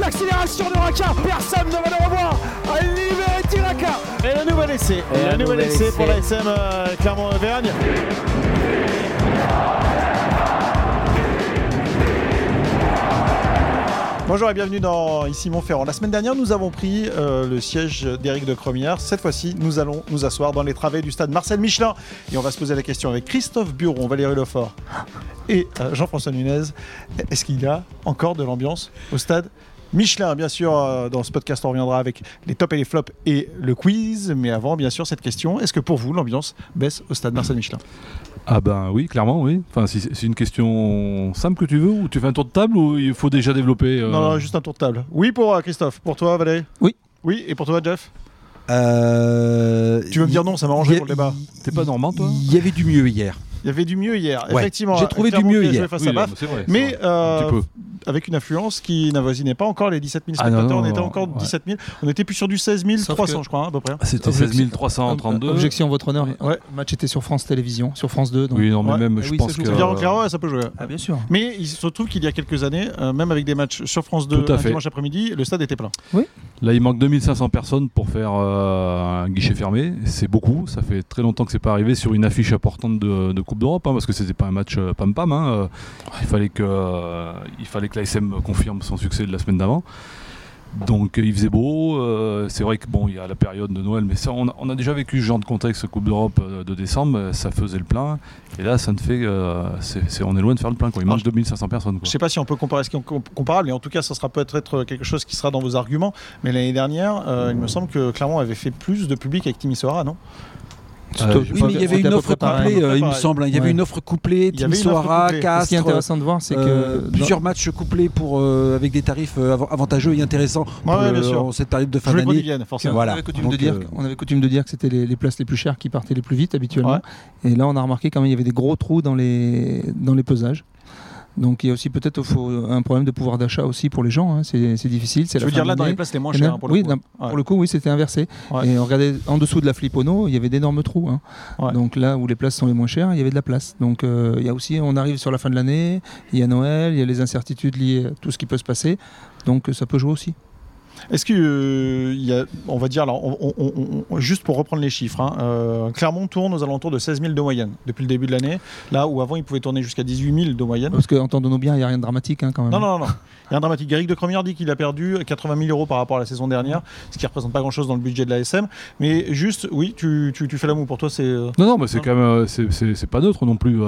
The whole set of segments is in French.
l'accélération de Raka. Personne ne va le revoir. Liberty Raka. Et le nouvel essai. Le nouvel essai pour la SM Clermont-Auvergne. Bonjour et bienvenue dans Ici Montferrand. La semaine dernière, nous avons pris le siège d'Éric de Cromière. Cette fois-ci, nous allons nous asseoir dans les travées du stade Marcel Michelin. Et on va se poser la question avec Christophe Buron, Valérie Lefort et Jean-François Nunez. Est-ce qu'il y a encore de l'ambiance au stade Michelin? Bien sûr, dans ce podcast, on reviendra avec les tops et les flops et le quiz. Mais avant, bien sûr, cette question, est-ce que pour vous, l'ambiance baisse au stade Marcel Michelin? Ah ben oui, clairement oui. Enfin, si c'est une question simple que tu veux, ou tu fais un tour de table, ou il faut déjà développer Non, juste un tour de table. Oui pour Christophe. Pour toi, Valérie? Oui. Oui, et pour toi, Jeff? Tu veux me dire non, ça m'arrangerait pour le débat. T'es pas normand, toi? Il y avait du mieux hier. Il y avait du mieux hier, ouais. Effectivement. J'ai trouvé du mieux hier. Face à Baf, c'est vrai, mais un petit peu. Avec une affluence qui n'avoisinait pas encore les 17 000 spectateurs. On était encore 17 000. On était plus sur du 16 300, je crois, à peu près. C'était 16 332. Objection, votre honneur. Ouais. Le match était sur France Télévisions, sur France 2. Donc... Oui, non, mais même, je pense que... Ça veut dire en clair, ça peut jouer. Ah, bien sûr. Mais il se trouve qu'il y a quelques années, même avec des matchs sur France 2 un dimanche après-midi, le stade était plein. Oui. Là, il manque 2500 personnes pour faire un guichet fermé. C'est beaucoup. Ça fait très longtemps que c'est pas arrivé sur une affiche importante de Coupe d'Europe, parce que c'était pas un match pam-pam. Il fallait que l'ASM confirme son succès de la semaine d'avant. Donc il faisait beau. C'est vrai que bon, il y a la période de Noël, mais ça, on a déjà vécu ce genre de contexte Coupe d'Europe de décembre. Ça faisait le plein. Et là, ça ne fait. On est loin de faire le plein. Il manque 2500 personnes. Quoi. Je ne sais pas si on peut comparer ce qui est comparable, mais en tout cas, ça sera peut-être quelque chose qui sera dans vos arguments. Mais l'année dernière, il me semble que Clermont avait fait plus de public avec Timisoara, non? Oui, mais il y avait une offre couplée, il me semble. Il y avait une offre couplée, Timisoara, Castres. Ce qui est intéressant de voir, c'est que plusieurs matchs couplés avec des tarifs avantageux et intéressants pour cette période de fin d'année. Voilà. On avait coutume de dire que c'était les places les plus chères qui partaient les plus vite habituellement. Ouais. Et là, on a remarqué quand même il y avait des gros trous dans les pesages. Donc il y a aussi peut-être un problème de pouvoir d'achat aussi pour les gens, c'est difficile. Je veux dire là dans les places les moins chères pour le coup. Pour le coup oui, c'était inversé. Ouais. Et on regardait en dessous de la Flipono, il y avait d'énormes trous. Ouais. Donc là où les places sont les moins chères, il y avait de la place. Donc il y a aussi, on arrive sur la fin de l'année, il y a Noël, il y a les incertitudes liées à tout ce qui peut se passer. Donc ça peut jouer aussi. Est-ce que, on va dire, alors, juste pour reprendre les chiffres, Clermont tourne aux alentours de 16 000 de moyenne depuis le début de l'année, là où avant il pouvait tourner jusqu'à 18 000 de moyenne. Parce qu'entendons-nous bien, il n'y a rien de dramatique quand même. Non. Il y a rien de dramatique. Éric de Cromière dit qu'il a perdu 80 000 € par rapport à la saison dernière, ce qui ne représente pas grand-chose dans le budget de la SM. Mais juste, oui, tu fais l'amour pour toi, c'est... Non, mais c'est quand même, c'est pas neutre non plus.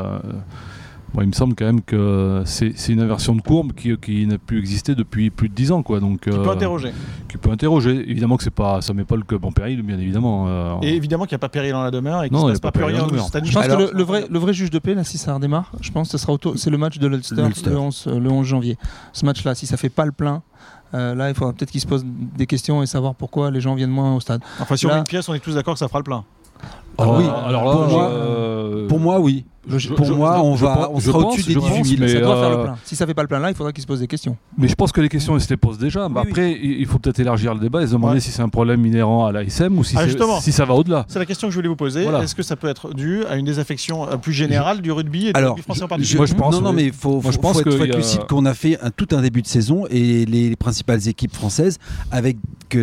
Bon, il me semble quand même que c'est une inversion de courbe qui n'a plus existé depuis plus de 10 ans. Donc, qui peut interroger. Évidemment que ça ne met pas le club en péril, bien évidemment. Et évidemment qu'il n'y a pas péril dans la demeure et qu'il ne se passe pas plus rien au stade. Je pense que le vrai juge de paix, là, si ça redémarre, je pense que c'est le match de l'Ulster le 11 janvier. Ce match-là, si ça ne fait pas le plein, là, il faudra peut-être qu'ils se posent des questions et savoir pourquoi les gens viennent moins au stade. Enfin, si on met une pièce, on est tous d'accord que ça fera le plein. Oui, alors là, pour moi, oui. Pour moi, on sera au-dessus des 18 000. Ça doit faire le plein. Si ça ne fait pas le plein là, il faudra qu'ils se posent des questions. Mais je pense que les questions, elles se les posent déjà. Oui, après, il faut peut-être élargir le débat et se demander si c'est un problème inhérent à l'ASM ou si ça va au-delà. C'est la question que je voulais vous poser. Voilà. Est-ce que ça peut être dû à une désaffection plus générale du rugby et du rugby français en particulier? Moi, je pense. Non, mais il faut être lucide qu'on a fait tout un début de saison et les principales équipes françaises avec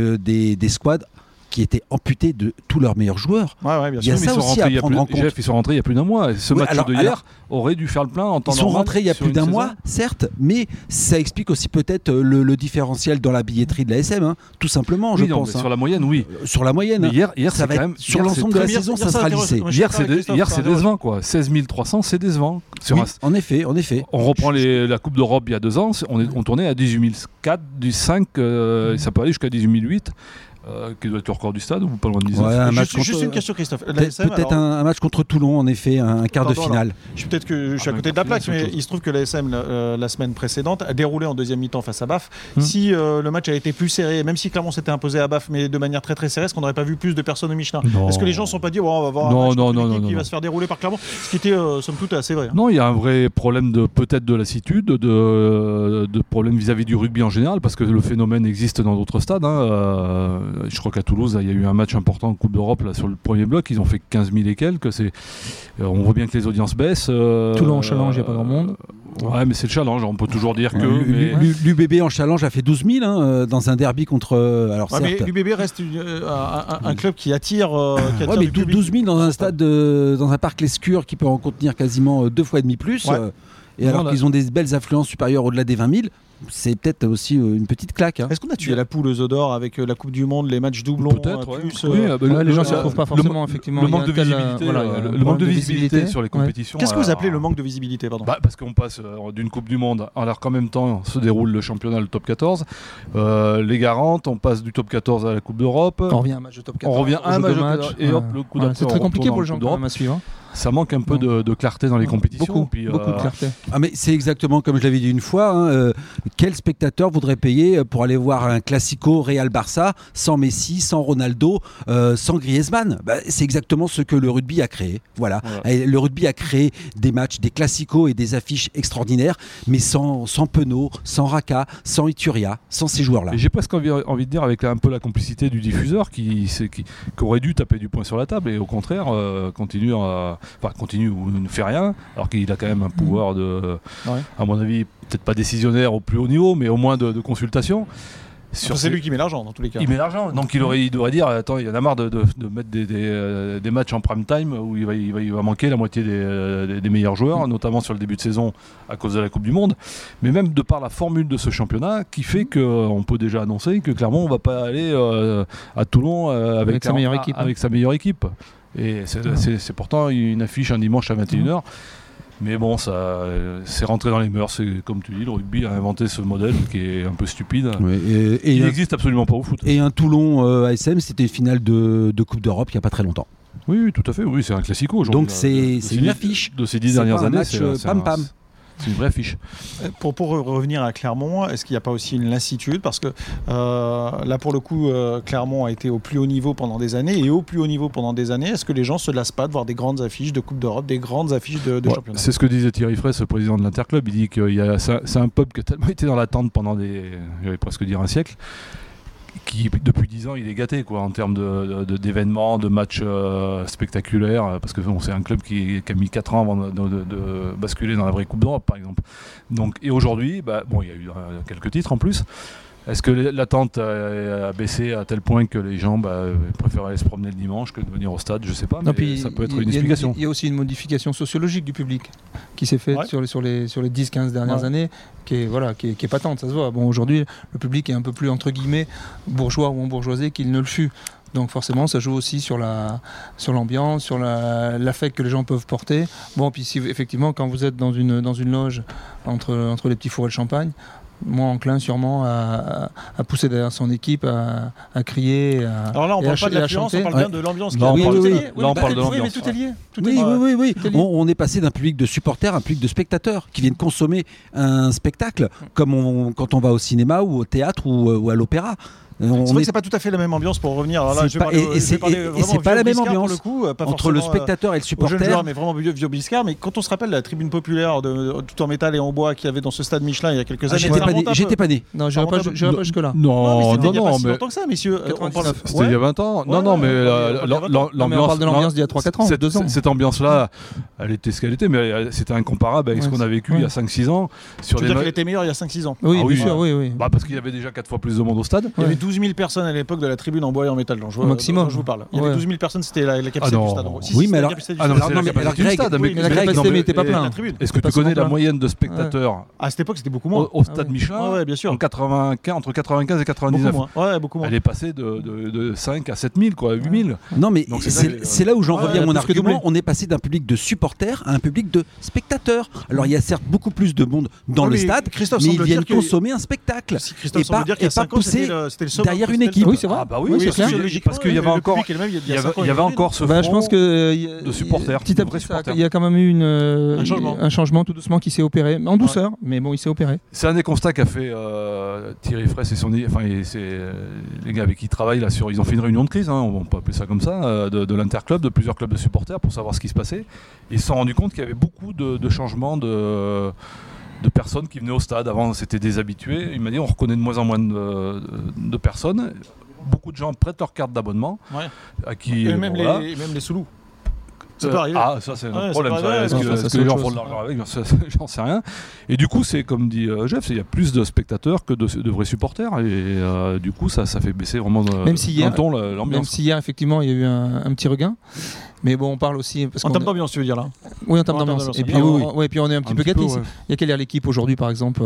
des squads qui étaient amputés de tous leurs meilleurs joueurs. Ouais, bien sûr. Il y a ça aussi à prendre en compte. Jeff, ils sont rentrés il y a plus d'un mois. Ce match de hier aurait dû faire le plein en temps normal. Ils sont rentrés il y a plus d'un mois, certes, mais ça explique aussi peut-être le différentiel dans la billetterie de la SM, tout simplement, je pense. Sur la moyenne, oui. Sur la moyenne. Mais hier ça va être sur l'ensemble de la saison, ça sera lissé. Hier, c'est décevant, quoi. 16 300, c'est décevant. Oui, en effet. On reprend la Coupe d'Europe il y a 2 ans, on tournait à 18 400, du 5, ça peut aller jusqu'à 18 800. Qui doit être le record du stade ou pas loin de 19 Juste une question, Christophe. Peut-être un match contre Toulon, en effet, un quart de finale. Je suis à côté de la plaque, mais il se trouve que l'ASM, la semaine précédente, a déroulé en deuxième mi-temps face à Baf. Si le match a été plus serré, même si Clermont s'était imposé à Baf, mais de manière très très serrée, est-ce qu'on n'aurait pas vu plus de personnes au Michelin? Est-ce que les gens ne sont pas dit on va voir un match qui va se faire dérouler par Clermont? Ce qui était, somme toute, assez vrai. Non, il y a un vrai problème peut-être de lassitude, de problème vis-à-vis du rugby en général, parce que le phénomène existe dans d'autres stades. je crois qu'à Toulouse, il y a eu un match important en Coupe d'Europe là, sur le premier bloc, ils ont fait 15 000 et quelques. On voit bien que les audiences baissent. Toulon en challenge, il n'y a pas grand monde. Ouais, mais c'est le challenge, on peut toujours dire que. L'UBB en challenge a fait 12 000 dans un derby contre. Mais l'UBB reste un club qui attire. Mais 12 000 dans un stade, dans un parc Lescure qui peut en contenir quasiment 2 fois et demi plus. Et alors qu'ils ont des belles affluences supérieures au-delà des 20 000. C'est peut-être aussi une petite claque. Est-ce qu'on a tué la poule aux œufs d'or avec la Coupe du Monde, les matchs doublons peut-être, plus, les gens ne s'y retrouvent pas forcément, effectivement. Le manque de visibilité, le manque de visibilité sur les compétitions. Qu'est-ce que vous appelez le manque de visibilité, Parce qu'on passe d'une Coupe du Monde, alors qu'en même temps se déroule le championnat, le top 14. Les garantes, on passe du top 14 à la Coupe d'Europe. On revient à un match de top 14. On revient à un match et hop, le coup d'après. C'est très compliqué pour les gens à suivre. Ça manque un peu de clarté dans les compétitions. Beaucoup de clarté. Mais c'est exactement comme je l'avais dit une fois. Quel spectateur voudrait payer pour aller voir un Classico Real-Barça sans Messi, sans Ronaldo, sans Griezmann? C'est exactement ce que le rugby a créé. Voilà. Et le rugby a créé des matchs, des Classicos et des affiches extraordinaires, mais sans Penaud, sans Raka, sans Ituria, sans ces joueurs-là. Et j'ai presque envie de dire avec un peu la complicité du diffuseur qui aurait dû taper du poing sur la table et au contraire continue ou ne fait rien, alors qu'il a quand même un pouvoir à mon avis, peut-être pas décisionnaire au plus haut niveau, mais au moins de consultation. C'est lui qui met l'argent dans tous les cas. Il met l'argent, donc il devrait dire attends, il y en a marre de mettre des matchs en prime time où il va manquer la moitié des meilleurs joueurs, notamment sur le début de saison à cause de la Coupe du Monde, mais même de par la formule de ce championnat qui fait qu'on peut déjà annoncer que clairement on va pas aller à Toulon avec sa meilleure équipe. Et c'est pourtant une affiche un dimanche à 21h. Mais bon, ça c'est rentré dans les mœurs. C'est comme tu dis, le rugby a inventé ce modèle qui est un peu stupide. Il n'existe absolument pas au foot. Et un Toulon ASM, c'était une finale de Coupe d'Europe il n'y a pas très revenir. Oui, tout à fait. Oui, c'est un classico aujourd'hui. Donc c'est une affiche. De ces 10 dernières années, c'est pam-pam. C'est une vraie affiche. Pour revenir à Clermont, est-ce qu'il n'y a pas aussi une lassitude? Parce que là, pour le coup, Clermont a été au plus haut niveau pendant des années. Et au plus haut niveau pendant des années, est-ce que les gens se lassent pas de voir des grandes affiches de Coupe d'Europe, des grandes affiches de championnat? C'est ce que disait Thierry Fraisse, le président de l'Interclub. Il dit que c'est un pub qui a tellement été dans l'attente pendant j'allais presque dire un siècle, qui depuis 10 ans il est gâté en termes d'événements, de matchs spectaculaires, parce que c'est un club qui a mis 4 ans avant de basculer dans la vraie Coupe d'Europe par exemple. Donc, et aujourd'hui, il y a eu quelques titres en plus. Est-ce que l'attente a baissé à tel point que les gens préfèrent aller se promener le dimanche que de venir au stade? Je ne sais pas, mais ça peut être une explication. Il y a aussi une modification sociologique du public qui s'est faite sur les 10-15 dernières années, qui est patente, ça se voit. Bon, aujourd'hui, le public est un peu plus, entre guillemets, bourgeois ou embourgeoisé qu'il ne le fut. Donc forcément, ça joue aussi sur l'ambiance, sur l'affect que les gens peuvent porter. Bon, puis si, effectivement, quand vous êtes dans une loge entre les petits fours et le champagne, moins enclin sûrement à pousser derrière son équipe, à crier. Alors là, on ne parle pas de l'affluence, on parle bien de l'ambiance. Là, on parle de l'ambiance. Mais tout est lié. Oui. On est passé d'un public de supporters à un public de spectateurs qui viennent consommer un spectacle, comme quand on va au cinéma ou au théâtre ou à l'opéra. C'est vrai que c'est pas tout à fait la même ambiance pour revenir. Alors là, c'est pas la même ambiance entre le spectateur et le supporter. Mais vraiment vieux Biscard. Mais quand on se rappelle la tribune populaire tout en métal et en bois qu'il y avait dans ce stade Michelin il y a quelques années, j'étais pas né. Non, j'irai pas jusque là. Non, mais il y a pas si longtemps que ça, messieurs. C'était il y a 20 ans. Non, mais on parle de l'ambiance d'il y a 3-4 ans, 2 ans. Cette ambiance-là, elle était ce qu'elle était, mais c'était incomparable avec ce qu'on a vécu il y a 5-6 ans. Tu veux dire qu'elle était meilleure il y a 5-6 ans? Oui, bien sûr, oui. Parce qu'il y avait déjà 4 fois plus de monde au stade. Il y avait 12 000 personnes à l'époque de la tribune en bois et en métal dont je vous parle. Il y avait 12 000 personnes, c'était la capacité du stade. Oui, mais alors la capacité n'était pas pleine. Est-ce que tu connais la moyenne de spectateurs? À cette époque, c'était beaucoup moins. Au stade Michelin, ouais, bien sûr. entre 95 et 99. Beaucoup moins. Elle est passée de 5 à 7 000, 8 000. Non, mais c'est là où j'en reviens à mon argument. On est passé d'un public de supporters à un public de spectateurs. Alors, il y a certes beaucoup plus de monde dans le stade, mais ils viennent consommer un spectacle et pas pousser derrière une équipe. Oui, c'est vrai. C'est clair. Parce qu'il y avait encore ce front je pense que de supporters. Petit à petit, il y a quand même eu un changement tout doucement qui s'est opéré, en douceur, mais bon, il s'est opéré. C'est un des constats qu'a fait Thierry Fraisse et les gars avec qui il travaille là ils ont fait une réunion de crise, on peut appeler ça comme ça, de l'interclub, de plusieurs clubs de supporters pour savoir ce qui se passait. Et ils se sont rendus compte qu'il y avait beaucoup de changements de personnes qui venaient au stade. Avant, c'était des habitués. Il m'a dit on reconnaît de moins en moins de personnes. beaucoup de gens prêtent leur carte d'abonnement. À qui, et même les sous-loups. Ça peut arriver. Ah, ça c'est un problème. Est-ce que les gens font de l'argent avec? J'en sais rien. Et du coup, c'est comme dit Jeff, il y a plus de spectateurs que de vrais supporters. Et du coup, ça fait baisser vraiment l'ambiance. Même si hier, effectivement, il y a eu un petit regain. Mais bon, on parle aussi. En termes d'ambiance, tu veux dire là? Oui, en termes d'ambiance. Et puis on est un petit peu gâtés. Il y a qu'à lire l'équipe aujourd'hui, par exemple.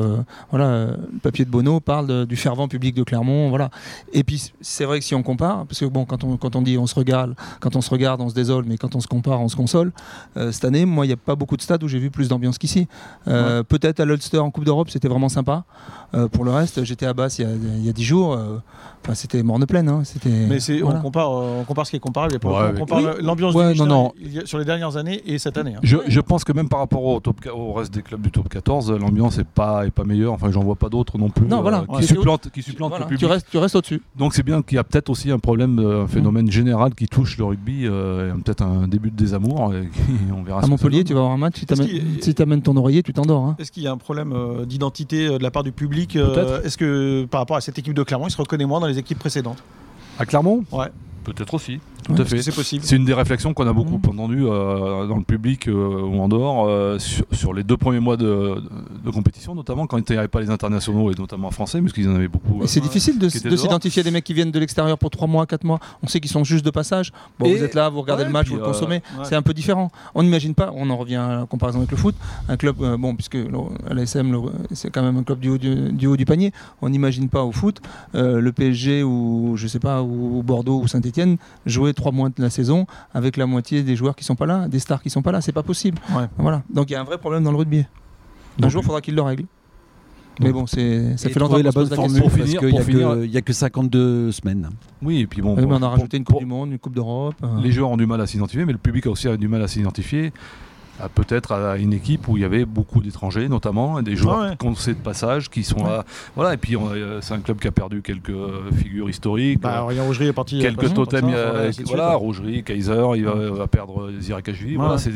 Le papier de Bono parle du fervent public de Clermont. Voilà. Et puis c'est vrai que si on compare, parce que bon, quand on dit on se regarde, on se désole, mais quand on se compare, on se console. Cette année, moi, il n'y a pas beaucoup de stades où j'ai vu plus d'ambiance qu'ici. Peut-être à l'Ulster en Coupe d'Europe, c'était vraiment sympa. Pour le reste, j'étais à Basse il y a 10 jours. C'était morne pleine. Hein. Mais on compare ce qui est comparable. On compare l'ambiance sur les dernières années et cette année. Je pense que même par rapport au reste des clubs du top 14, l'ambiance n'est pas meilleure. Enfin, j'en vois pas d'autres non plus qui supplantent le public. Tu restes au-dessus. Donc c'est bien qu'il y a peut-être aussi un problème, un phénomène général qui touche le rugby, peut-être un début de désamour. On verra. À Montpellier, tu vas avoir un match. Si tu amènes ton oreiller, tu t'endors. Hein. Est-ce qu'il y a un problème d'identité de la part du public? Est-ce que par rapport à cette équipe de Clermont, il se reconnaît moins dans les équipes précédentes? À Clermont? Ouais. Peut-être aussi, tout à fait. C'est possible. C'est une des réflexions qu'on a beaucoup entendues dans le public ou en dehors sur les 2 premiers mois de compétition, notamment quand il n'y avait pas les internationaux et notamment français, parce qu'ils en avaient beaucoup. C'est difficile de s'identifier à des mecs qui viennent de l'extérieur pour 3 mois, 4 mois. On sait qu'ils sont juste de passage. Bon, vous êtes là, vous regardez le match, vous le consommez. C'est un peu différent. On n'imagine pas, on en revient à la comparaison avec le foot, un club, puisque l'ASM, c'est quand même un club du haut du panier, on n'imagine pas au foot le PSG ou je sais pas, ou Bordeaux ou Saint-Étienne jouer 3 mois de la saison avec la moitié des joueurs qui sont pas là, des stars qui sont pas là, c'est pas possible. Voilà. Donc il y a un vrai problème dans le rugby. Un jour, il faudra qu'il le règle. Mais bon, ça fait longtemps la bonne formule parce qu'il n'y a que 52 semaines. Oui, et puis on a rajouté une Coupe du Monde, une Coupe d'Europe. Les joueurs ont du mal à s'identifier, mais le public a aussi du mal à s'identifier. Peut-être à une équipe où il y avait beaucoup d'étrangers notamment, et des joueurs qu'on sait de passage qui sont là. Voilà, et puis c'est un club qui a perdu quelques figures historiques. Ryan Rougerie est parti. Quelques totems. Rougerie, Kaiser, il va perdre Zirakashvili. Voilà, c'est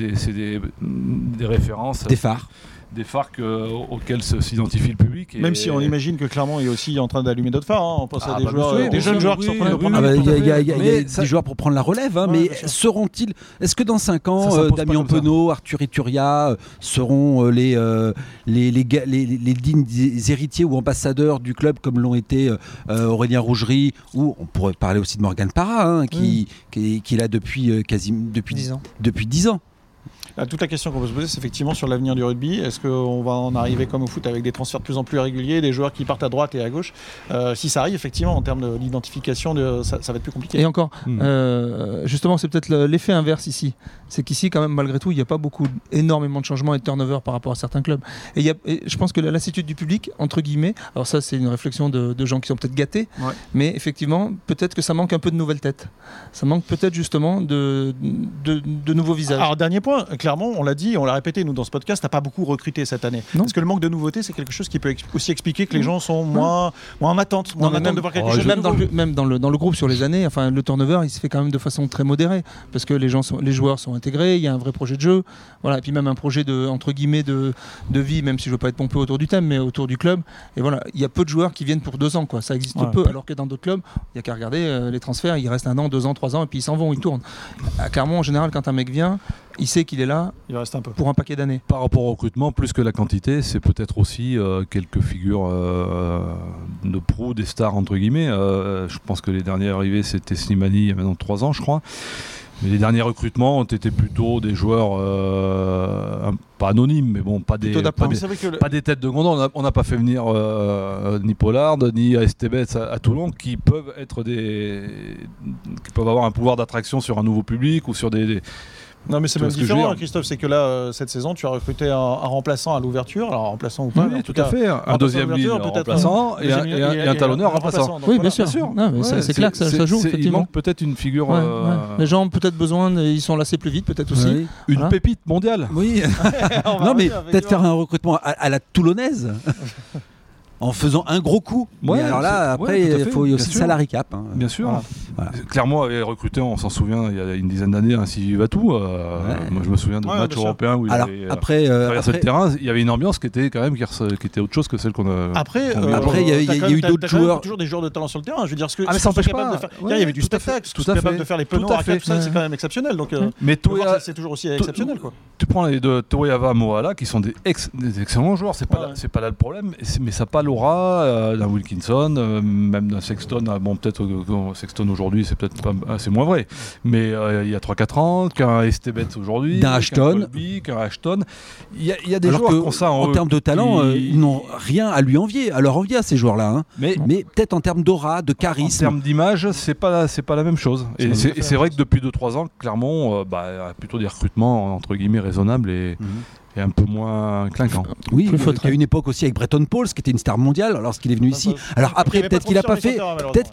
des références. Des phares auxquels s'identifie le public. Même si on imagine que Clermont est aussi en train d'allumer d'autres phares. On pense à des jeunes joueurs qui sont en train de prendre. Il y a des joueurs pour prendre la relève, mais seront-ils. Est-ce que dans 5 ans, Damien Penaud, Arthur Ituria seront les dignes héritiers ou ambassadeurs du club comme l'ont été Aurélien Rougerie, ou on pourrait parler aussi de Morgan Parra, qui est là depuis 10 ans. Toute la question qu'on peut se poser, c'est effectivement sur l'avenir du rugby. Est-ce qu'on va en arriver comme au foot avec des transferts de plus en plus réguliers, des joueurs qui partent à droite et à gauche? Si ça arrive, effectivement, en termes d'identification, ça va être plus compliqué. Et encore, justement, c'est peut-être l'effet inverse ici. C'est qu'ici, quand même, malgré tout, il n'y a pas énormément de changements et de turnover par rapport à certains clubs. Et je pense que la lassitude du public, entre guillemets, alors ça, c'est une réflexion de gens qui sont peut-être gâtés, mais effectivement, peut-être que ça manque un peu de nouvelles têtes. Ça manque peut-être justement de nouveaux visages. Alors, dernier point, clairement, on l'a dit, on l'a répété, nous, dans ce podcast, t'as pas beaucoup recruté cette année. Parce que le manque de nouveautés, c'est quelque chose qui peut aussi expliquer que les gens sont moins en attente, de voir quelque chose. Même dans le groupe sur les années, enfin, le turnover, il se fait quand même de façon très modérée, parce que les joueurs sont intégrés, il y a un vrai projet de jeu, voilà, et puis même un projet entre guillemets de vie, même si je veux pas être pompeux autour du thème, mais autour du club. Et voilà, il y a peu de joueurs qui viennent pour 2 ans, quoi. Ça existe peu, alors que dans d'autres clubs, il y a qu'à regarder les transferts, il reste 1 an, 2 ans, 3 ans, et puis ils s'en vont, ils tournent. À Clermont, en général, quand un mec vient, il sait qu'il est là pour un paquet d'années. Par rapport au recrutement, plus que la quantité, c'est peut-être aussi quelques figures de proue, des stars entre guillemets. Je pense que les derniers arrivés, c'était Slimani il y a maintenant 3 ans, je crois. Mais les derniers recrutements ont été plutôt des joueurs pas anonymes, mais bon, pas des têtes de gondole. On n'a pas fait venir ni Pollard ni Estebet à Toulon, qui peuvent avoir un pouvoir d'attraction sur un nouveau public ou sur des Non, mais c'est même différent, Christophe. C'est que là, cette saison, tu as recruté un remplaçant à l'ouverture. Alors, remplaçant ou pas. Oui, tout à fait. Un deuxième ligne remplaçant et un talonneur remplaçant. Oui, bien sûr. C'est clair que ça joue. Il manque peut-être une figure. Les gens ont peut-être besoin, ils sont lassés plus vite, peut-être aussi. Une pépite mondiale. Oui. Non, mais peut-être faire un recrutement à la toulonnaise. en faisant un gros coup. Ouais, mais alors là, après, il faut aussi le salary cap. Hein. Bien sûr. Voilà. Clermont avait recruté, on s'en souvient, il y a une dizaine d'années, un Sylvie Vatou. Moi, je me souviens de matchs européens où il avait traversé le terrain. Il y avait une ambiance qui était quand même qui était autre chose que celle qu'on a. Après, il y a eu d'autres joueurs. Toujours des joueurs de talent sur le terrain. Je veux dire, mais ça n'empêche pas. Il y avait du spectacle. Tout capable de faire les penaux, c'est quand même exceptionnel. Donc, mais c'est toujours aussi exceptionnel, quoi. Tu prends les deux Toeyava, Moala, qui sont des excellents joueurs. C'est pas là le problème, mais ça n'a pas l'aura d'un Wilkinson, même d'un Sexton. Bon, peut-être Sexton aujourd'hui, c'est peut-être pas, c'est moins vrai. Mais il y a 3-4 ans, qu'un Estebet aujourd'hui, d'un Ashton, qu'un Ashton. Il y a des joueurs comme ça en termes de talent, ils n'ont rien à lui envier, à leur envier à ces joueurs-là. Hein. Mais peut-être en termes d'aura, de charisme. En termes d'image, c'est pas la même chose. Et c'est vrai que depuis 2-3 ans, Clermont a plutôt des recrutements entre guillemets raisonnables et un peu moins clinquant. Oui, il y a une époque aussi avec Breton Pauls qui était une star mondiale lorsqu'il est venu ici. Alors après, peut-être qu'il n'a pas fait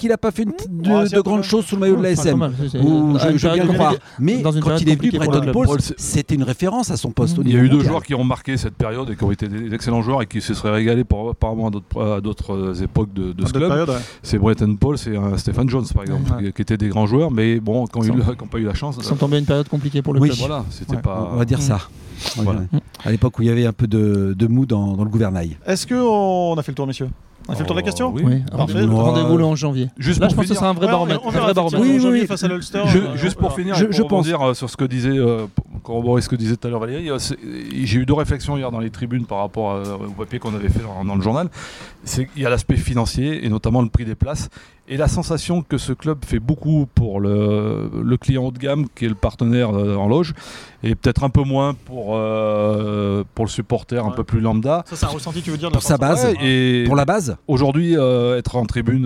de grandes choses sous le maillot de l'ASM. Je veux bien le croire. Mais quand il est venu, Breton Pauls, c'était une référence à son poste. Il y a eu 2 joueurs qui ont marqué cette période et qui ont été des excellents joueurs et qui se seraient régalés apparemment à d'autres époques de ce club. C'est Breton Pauls et Stephen Jones par exemple, qui étaient des grands joueurs, mais bon, qui n'ont pas eu la chance. Ils sont tombés une période compliquée pour le club. Voilà, c'était pas. On va dire ça. Voilà. À l'époque où il y avait un peu de mou dans le gouvernail. Est-ce qu'on a fait le tour, messieurs? On a fait le tour de la question? Oui. Rendez-vous en janvier. Là, je pense que ce sera un vrai baromètre. Oui, face à l'Ulster. Juste pour finir, je pense dire sur ce que disait, corroborer ce que disait tout à l'heure Valérie, j'ai eu 2 réflexions hier dans les tribunes par rapport au papier qu'on avait fait dans le journal. Il y a l'aspect financier et notamment le prix des places. Et la sensation que ce club fait beaucoup pour le client haut de gamme qui est le partenaire en loge et peut-être un peu moins pour le supporter un peu plus lambda. Ça, c'est un ressenti, tu veux dire, de pour sa base et pour la base. Aujourd'hui, être en tribune,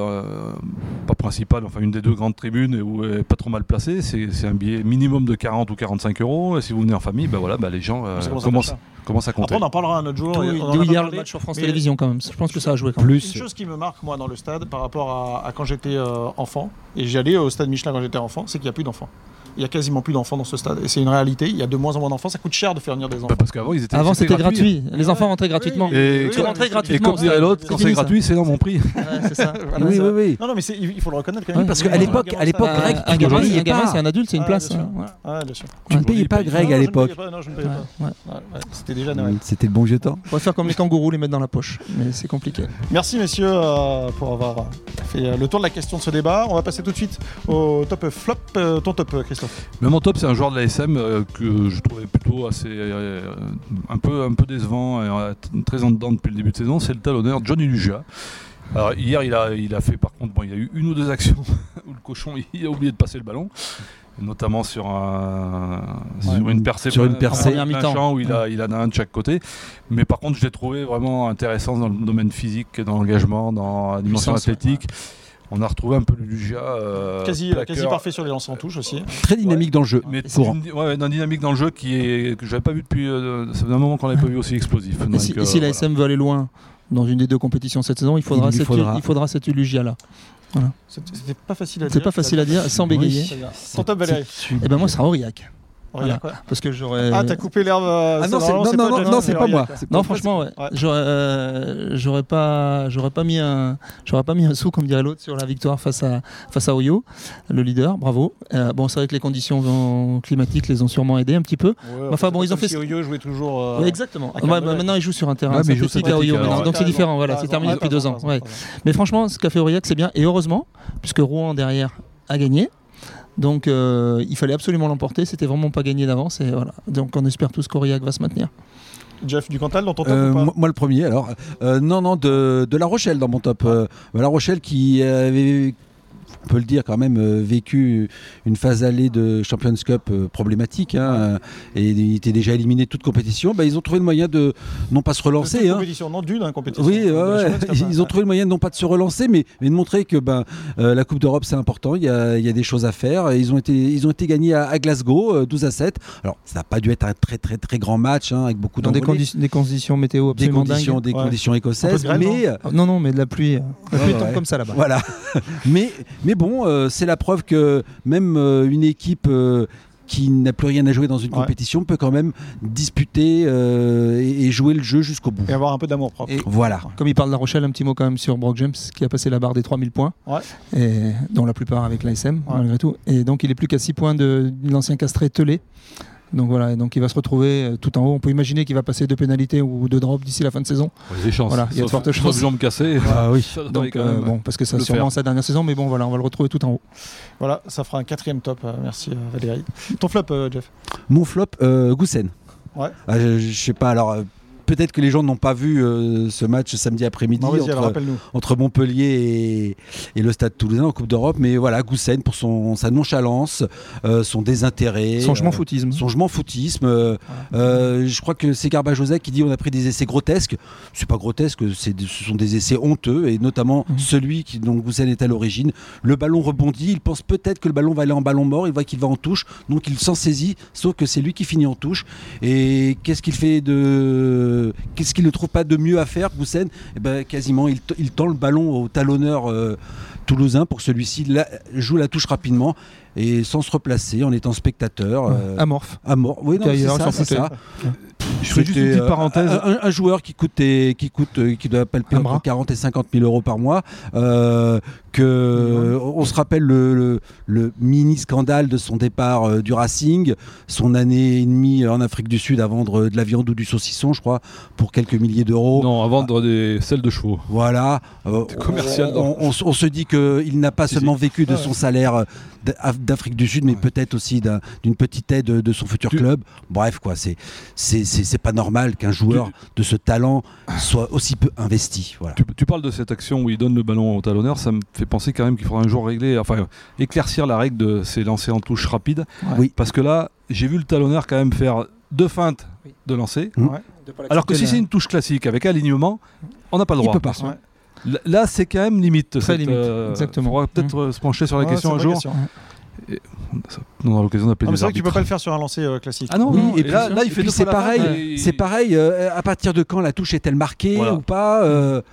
pas principale, enfin une des 2 grandes tribunes où pas trop mal placé, c'est un billet minimum de 40 ou 45 €. Et si vous venez en famille, les gens commencent à compter. Après, on en parlera un autre jour. Hier, le match sur France Télévisions quand même. Je pense que ça a joué quand même. Une chose qui me marque, moi, dans le stade, par rapport à quand j'étais enfant, et j'allais au stade Michelin quand j'étais enfant, c'est qu'il n'y a plus d'enfants. Il n'y a quasiment plus d'enfants dans ce stade. Et c'est une réalité. Il y a de moins en moins d'enfants. Ça coûte cher de faire venir des enfants. Parce qu'avant, avant c'était gratuit. Les enfants rentraient gratuitement. Et comme dirait l'autre, quand c'est gratuit, c'est dans mon prix. C'est ça. Oui. Non, mais il faut le reconnaître quand même. Parce qu'à l'époque, Greg, un gamin, c'est un adulte, c'est une place. Bien sûr. Tu ne payais pas Greg à l'époque. Non, je ne payais pas. C'était déjà Noël. C'était le bon jeton. On va faire comme les kangourous, les mettre dans la poche. Mais c'est compliqué. Merci, messieurs, pour avoir fait le tour de la question de ce débat. On va passer tout de suite au top flop. Ton top, Christophe. Mon top, c'est un joueur de l'ASM que je trouvais plutôt assez un peu décevant et très en dedans depuis le début de saison. C'est le talonneur Johnny Lugia. Alors hier, il a fait par contre, il y a eu 1 ou 2 actions où le cochon il a oublié de passer le ballon, notamment sur une percée, un champ où il en a un de chaque côté. Mais par contre, je l'ai trouvé vraiment intéressant dans le domaine physique, dans l'engagement, dans la dimension athlétique. On a retrouvé un peu le Lugia. Quasi parfait sur les lancers en touche aussi. Très dynamique dans le jeu. Mais une dynamique dans le jeu que je n'avais pas vu depuis. Ça faisait un moment qu'on n'avait pas vu aussi explosif. Si l'ASM veut aller loin dans une des 2 compétitions cette saison, il faudra cette Lugia là. Voilà. C'était pas facile à dire. C'est pas facile à dire sans bégayer. Ton top, Valérie. Et ben moi, ce sera Aurillac. Voilà. Parce que j'aurais. Ah, t'as coupé l'herbe. Non, c'est pas moi. Non, franchement, ouais. J'aurais pas mis un sou, comme dirait l'autre, sur la victoire face à Oyo, le leader. Bravo. Bon, c'est vrai que les conditions climatiques les ont sûrement aidés un petit peu. Ouais, enfin bon, ils ont fait. Si Oyo jouait toujours. Ouais, exactement. Maintenant, ils jouent sur un terrain synthétique à Oyo. Donc c'est différent. Voilà, c'est terminé depuis 2 ans. Mais franchement, ce qu'a fait Aurillac, c'est bien. Et heureusement, puisque Rouen derrière a gagné. Donc il fallait absolument l'emporter, c'était vraiment pas gagné d'avance et voilà. Donc on espère tous qu'Aurillac va se maintenir. Jeff, du Cantal dans ton top ou pas? Moi le premier alors. Non, de La Rochelle dans mon top. La Rochelle qui avait, on peut le dire quand même, vécu une phase allée de Champions Cup problématique et il était déjà éliminé de toute compétition. Ils ont trouvé le moyen de non pas se relancer. D'une compétition. Oui, ils ont trouvé le moyen de non pas de se relancer, mais de montrer que la Coupe d'Europe c'est important. Il y a des choses à faire. Et ils ont été gagnés à Glasgow 12-7. Alors ça n'a pas dû être un très très très grand match avec beaucoup dans des conditions météo absolument dingues. Des conditions écossaises. Non, mais de la pluie. La pluie tombe comme ça là-bas. Voilà. mais bon, c'est la preuve que même une équipe qui n'a plus rien à jouer dans une compétition peut quand même disputer et jouer le jeu jusqu'au bout. Et avoir un peu d'amour propre. Et voilà. Comme il parle de La Rochelle, un petit mot quand même sur Brock James qui a passé la barre des 3000 points, et dont la plupart avec l'ASM malgré tout. Et donc il est plus qu'à 6 points de l'ancien castré Telé. Donc voilà, et donc il va se retrouver tout en haut. On peut imaginer qu'il va passer 2 pénalités ou 2 drops d'ici la fin de saison. Des chances. Voilà, il y a de fortes chances. Sauf jambes cassées. Ah oui. Donc bon, parce que ça sûrement sa dernière saison, mais bon voilà, on va le retrouver tout en haut. Voilà, ça fera un 4e top. Merci Valérie. Ton flop, Jeff? Mon flop, Goussen. Ouais. Je sais pas alors. Peut-être que les gens n'ont pas vu ce match samedi après-midi entre Montpellier et le Stade Toulousain en Coupe d'Europe. Mais voilà, Goussen pour sa nonchalance, son désintérêt. Son je m'en foutisme. Je crois que c'est Garbajosa qui dit on a pris des essais grotesques. C'est pas grotesque, ce sont des essais honteux. Et notamment celui dont Goussen est à l'origine. Le ballon rebondit, il pense peut-être que le ballon va aller en ballon mort, il voit qu'il va en touche. Donc il s'en saisit, sauf que c'est lui qui finit en touche. Et qu'est-ce qu'il fait qu'est-ce qu'il ne trouve pas de mieux à faire, Goussen? Quasiment, il tend le ballon au talonneur toulousain pour que celui-ci joue la touche rapidement et sans se replacer, en étant spectateur. Amorphe. Oui, non, c'est ça. Je fais juste une petite parenthèse. Un joueur qui doit palper entre 40 et 50 000 euros par mois. On se rappelle le mini scandale de son départ du Racing, son année et demie en Afrique du Sud à vendre de la viande ou du saucisson, je crois, pour quelques milliers d'euros. Non, à vendre des selles de chevaux. Voilà. Commercial. On se dit qu'il n'a pas seulement vécu de son salaire d'Afrique du Sud, mais peut-être aussi d'une petite aide de son futur club. Bref, quoi, c'est pas normal qu'un joueur de ce talent soit aussi peu investi. Voilà. Tu parles de cette action où il donne le ballon au talonneur, ça me fait penser quand même qu'il faudra un jour éclaircir la règle de ces lancers en touche rapide. Oui. Parce que là, j'ai vu le talonneur quand même faire 2 feintes de lancer. Alors que si c'est une touche classique avec alignement, on n'a pas le droit. Il peut pas. Là, c'est quand même limite. Très limite. Exactement. On pourra peut-être se pencher sur la question un jour. On aura l'occasion d'appeler mais c'est vrai que tu peux pas le faire sur un lancer classique. Ah non, oui, et puis là il fait c'est pareil. C'est pareil. À partir de quand la touche est-elle marquée ou pas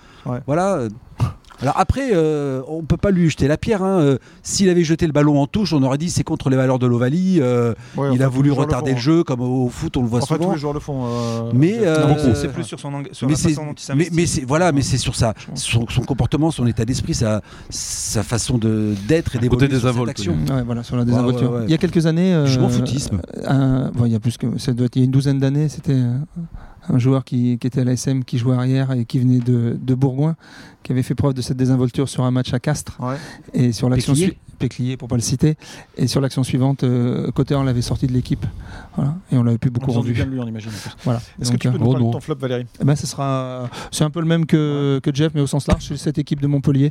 Voilà. Alors après, on ne peut pas lui jeter la pierre. S'il avait jeté le ballon en touche, on aurait dit c'est contre les valeurs de l'Ovalie. Il a voulu retarder le jeu, comme au foot, on le voit souvent. Tous les joueurs le font. Mais c'est plus sur la façon dont il s'investit. Mais c'est sur son comportement, son état d'esprit, sa façon d'être et d'évoluer sur cette action. Sur la désinvolture. Il y a quelques années, je m'en foutisme. Il y a plus que ça doit être il y a une douzaine d'années, c'était un joueur qui était à l'ASM, qui jouait arrière et qui venait de Bourgoin, qui avait fait preuve de cette désinvolture sur un match à Castres. Et sur l'action Péclier, pour pas le citer. Et sur l'action suivante, Cotter l'avait sorti de l'équipe. Voilà. Et on l'avait plus beaucoup revu. Bien lui, on imagine. Voilà. Est-ce que tu peux nous parler de ton flop, Valérie? C'est un peu le même que Jeff, mais au sens large. C'est cette équipe de Montpellier.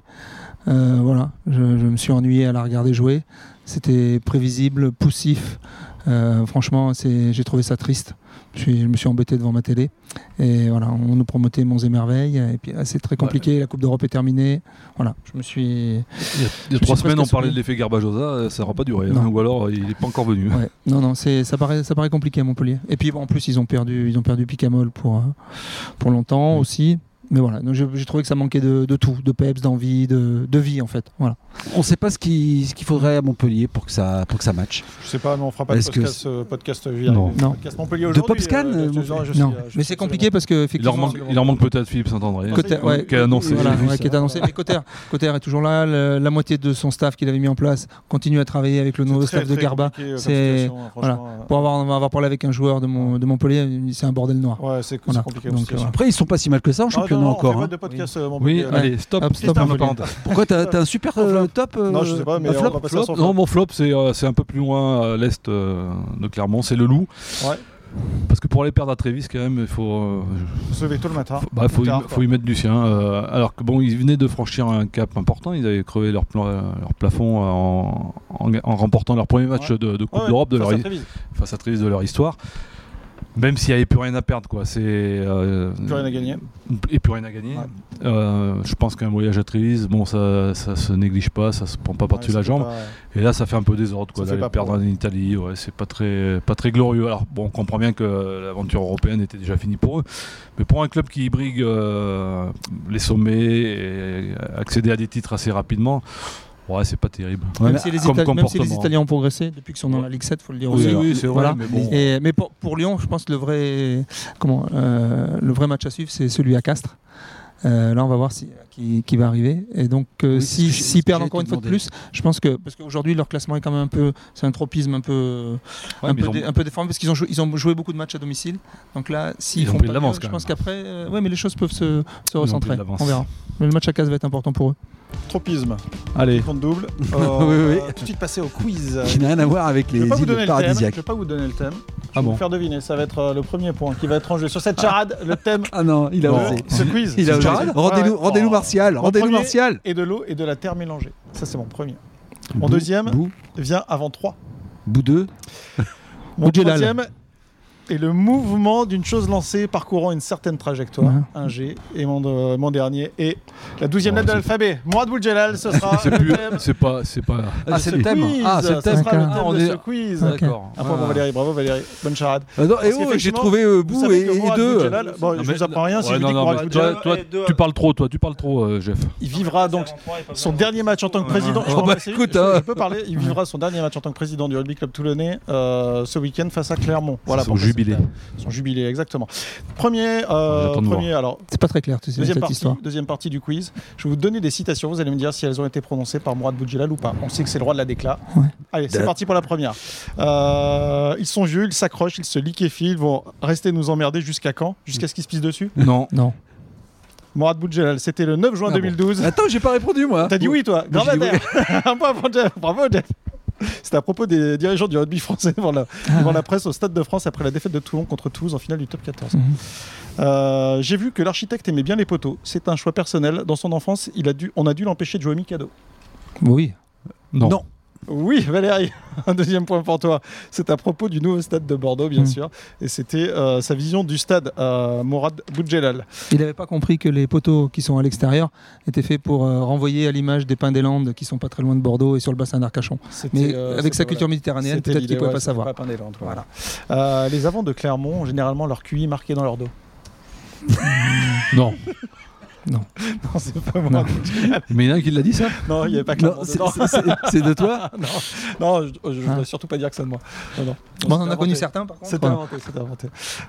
Voilà. Je me suis ennuyé à la regarder jouer. C'était prévisible, poussif. Franchement, j'ai trouvé ça triste. Je me suis embêté devant ma télé. Et voilà, on nous promotait Monts et Merveilles. Et puis c'est très compliqué. La Coupe d'Europe est terminée. Voilà, je me suis. Il y a 3 semaines, on parlait de l'effet Garbajosa. Ça n'aura pas duré. Ou alors, il n'est pas encore venu. Non, ça paraît compliqué à Montpellier. Et puis en plus, ils ont perdu Picamol pour longtemps aussi. Mais voilà, donc j'ai trouvé que ça manquait de tout, de peps, d'envie, de vie en fait. Voilà. On ne sait pas ce qu'il faudrait à Montpellier pour que ça matche. Je sais pas, mais on fera pas de podcast via podcast Montpellier aujourd'hui. De Popscan non, mais c'est compliqué parce que effectivement. Il leur manque peut-être Philippe Saint-André, qui est annoncé. Qui est annoncé. Mais Cotter est toujours là. La moitié de son staff qu'il avait mis en place continue à travailler avec le nouveau staff de Garba. C'est pour avoir parlé avec un joueur de Montpellier, c'est un bordel noir. Ouais, c'est compliqué. Après, ils sont pas si mal que ça en championnat encore. On fait pas de podcast oui, allez, stop. Pourquoi t'as un super top? Non, je sais pas, mais on va passer sur non, mon flop, c'est un peu plus loin à l'est de Clermont, c'est le Loup. Ouais. Parce que pour aller perdre à Trévis, quand même, il faut se lever tôt le matin. Faut y mettre du sien. Alors que ils venaient de franchir un cap important. Ils avaient crevé leur plafond en remportant leur premier match de Coupe d'Europe face à Trévis de leur histoire. Même s'il n'y avait plus rien à perdre, quoi. Plus rien à gagner. Et plus rien à gagner. Je pense qu'un voyage à Trévise, ça se néglige pas, ça se prend pas par-dessus la jambe. Et là, ça fait un peu désordre, quoi, d'aller perdre en Italie. Ouais, c'est pas très glorieux. Alors, on comprend bien que l'aventure européenne était déjà finie pour eux. Mais pour un club qui brigue les sommets et accéder à des titres assez rapidement, Ouais, c'est pas terrible. Même si les Italiens ont progressé depuis qu'ils sont dans la Ligue 7, il faut le dire aussi. Oui, c'est vrai. Mais, bon. Mais pour Lyon, je pense que le vrai match à suivre, c'est celui à Castres. Là, on va voir qui va arriver. Et donc, s'ils perdent encore une fois de plus, je pense que parce qu'aujourd'hui leur classement est quand même c'est un tropisme un peu déformé parce qu'ils ont joué beaucoup de matchs à domicile. Donc là, s'ils font pas de l'avance, je pense qu'après, mais les choses peuvent se recentrer. On verra. Mais le match à Castres va être important pour eux. Tropisme. Allez. Compte double. Oui. Tout de suite passer au quiz. Qui n'a rien à voir avec les îles paradisiaques. Je vais pas vous donner le thème. Je vais vous faire deviner. Ça va être le premier point qui va être en jeu. Sur cette charade, le thème. Ah non, il a osé. Ce quiz. Il a osé. Rendez-nous Martial. Rendez-nous Martial. Et de l'eau et de la terre mélangée. Ça, c'est mon premier. Mon deuxième vient avant 3. Bout 2. Mon troisième est le mouvement d'une chose lancée parcourant une certaine trajectoire, un G, et mon dernier est la 12e lettre de l'alphabet. Mourad Boudjelal, ce sera c'est pas. Ah, c'est le thème. C'est le thème. Ce sera le thème de ce quiz. D'accord. Un point pour Valérie, bravo Valérie, bonne charade. J'ai trouvé bout et 2. Bon, je vous apprends rien si je dis que Mourad Boudjelal. Toi, tu parles trop, Jeff. Il vivra donc son dernier match en tant que président. Je peux parler. Il vivra son dernier match en tant que président du Rugby Club Toulonnais ce week-end face à Clermont. Voilà. Son jubilé, exactement. Premier, alors. C'est pas très clair, tu sais, cette histoire. Deuxième partie du quiz. Je vais vous donner des citations. Vous allez me dire si elles ont été prononcées par Mourad Boudjelal ou pas. On sait que c'est le roi de la décla. Ouais. Allez, c'est parti pour la première. Ils sont vieux, ils s'accrochent, ils se liquéfient, ils vont rester nous emmerder jusqu'à quand ? Jusqu'à ce qu'ils se pissent dessus ? Non. Mourad Boudjelal, c'était le 9 juin 2012. Bon. Attends, j'ai pas répondu moi. T'as dit oui, toi. Gravataire. Un point pour Jeff. Bravo, Jeff. C'était à propos des dirigeants du rugby français devant la presse au Stade de France après la défaite de Toulon contre Toulouse en finale du top 14. J'ai vu que l'architecte aimait bien les poteaux. C'est un choix personnel. Dans son enfance, on a dû l'empêcher de jouer au Mikado. Oui. Non. Oui, Valérie, un deuxième point pour toi. C'est à propos du nouveau stade de Bordeaux, bien sûr. Et c'était sa vision du stade, Mourad Boudjelal. Il n'avait pas compris que les poteaux qui sont à l'extérieur étaient faits pour renvoyer à l'image des Pins des Landes qui sont pas très loin de Bordeaux et sur le bassin d'Arcachon. Mais avec sa culture méditerranéenne, peut-être qu'il ne pouvait pas savoir. Pas Pins des Landes, voilà. Les avants de Clermont ont généralement leur QI marqué dans leur dos. Non. Non, c'est pas moi. Mais il y en a qui l'a dit ça ? Non, il n'y avait pas Clermont dedans. C'est de toi ? Non, je ne dois surtout pas dire que c'est de moi. Non. Bon, on en a connu certains, par contre. C'est inventé.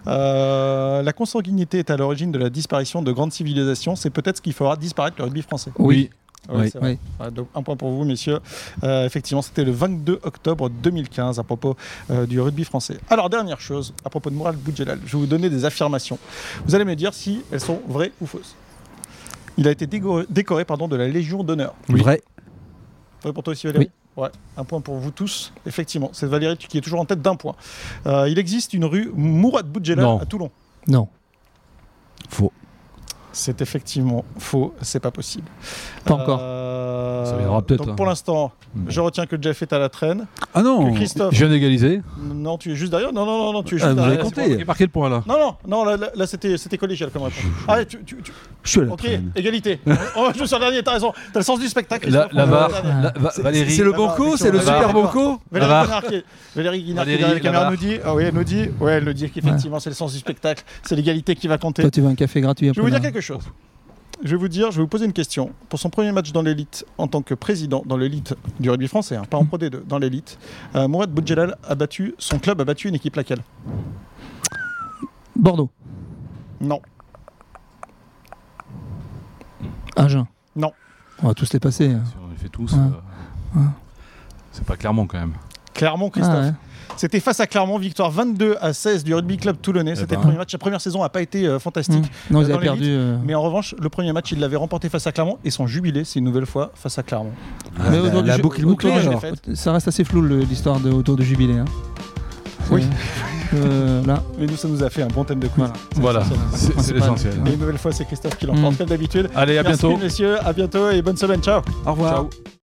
La consanguinité est à l'origine de la disparition de grandes civilisations. C'est peut-être ce qui fera disparaître le rugby français. Oui. Oui. Donc, un point pour vous, messieurs. Effectivement, c'était le 22 octobre 2015 à propos du rugby français. Alors, dernière chose, à propos de Mourad Boudjelal, je vais vous donner des affirmations. Vous allez me dire si elles sont vraies ou fausses. Il a été décoré de la Légion d'honneur. Oui. Vrai pour toi aussi, Valérie ? Oui. Ouais, un point pour vous tous. Effectivement, c'est Valérie qui est toujours en tête d'un point. Il existe une rue Mourad Boudjelal à Toulon. Non. Faux. C'est effectivement faux, c'est pas possible. Pas encore. Ça viendra peut-être. Donc pour l'instant, je retiens que Jeff est à la traîne. Ah non, que Christophe... Je viens d'égaliser. Non, tu es juste derrière. Non, tu es juste derrière. Vous avez compté. J'ai marqué le point là. Non, là c'était collégial comme réponse. Allez, je suis à la Ok, traîne. Égalité. On va jouer sur le dernier, t'as raison. T'as le sens du spectacle. La VAR. Valérie. C'est le banco, c'est le super banco. Valérie Guinard qui derrière la caméra nous dit. Ah oui, elle nous dit qu'effectivement c'est le sens du spectacle, c'est l'égalité qui va compter. Toi, tu veux un café gratuit après. Je vais vous dire quelque chose. Je vais vous poser une question. Pour son premier match dans l'élite, en tant que président dans l'élite du rugby français, pas en Pro D2, dans l'élite, Mourad Boudjelal son club a battu une équipe laquelle ? Bordeaux. Non. Agen. Non. On va tous les passer. On les fait tous. C'est pas Clermont quand même. Clermont, Christophe. C'était face à Clermont, victoire 22-16 du Rugby Club Toulonnais. C'était le premier match. La première saison n'a pas été fantastique. Non, ils avaient perdu. Mais en revanche, le premier match, ils l'avaient remporté face à Clermont et son jubilé, c'est une nouvelle fois face à Clermont. La boucle est bouclée. Ça reste assez flou l'histoire autour du jubilé. Oui. Là. Mais nous, ça nous a fait un bon thème de quiz. Voilà, c'est l'essentiel. Et une nouvelle fois, c'est Christophe qui l'emporte comme d'habitude. Allez, à bientôt. Merci, messieurs. À bientôt et bonne semaine. Ciao. Au revoir. Ciao.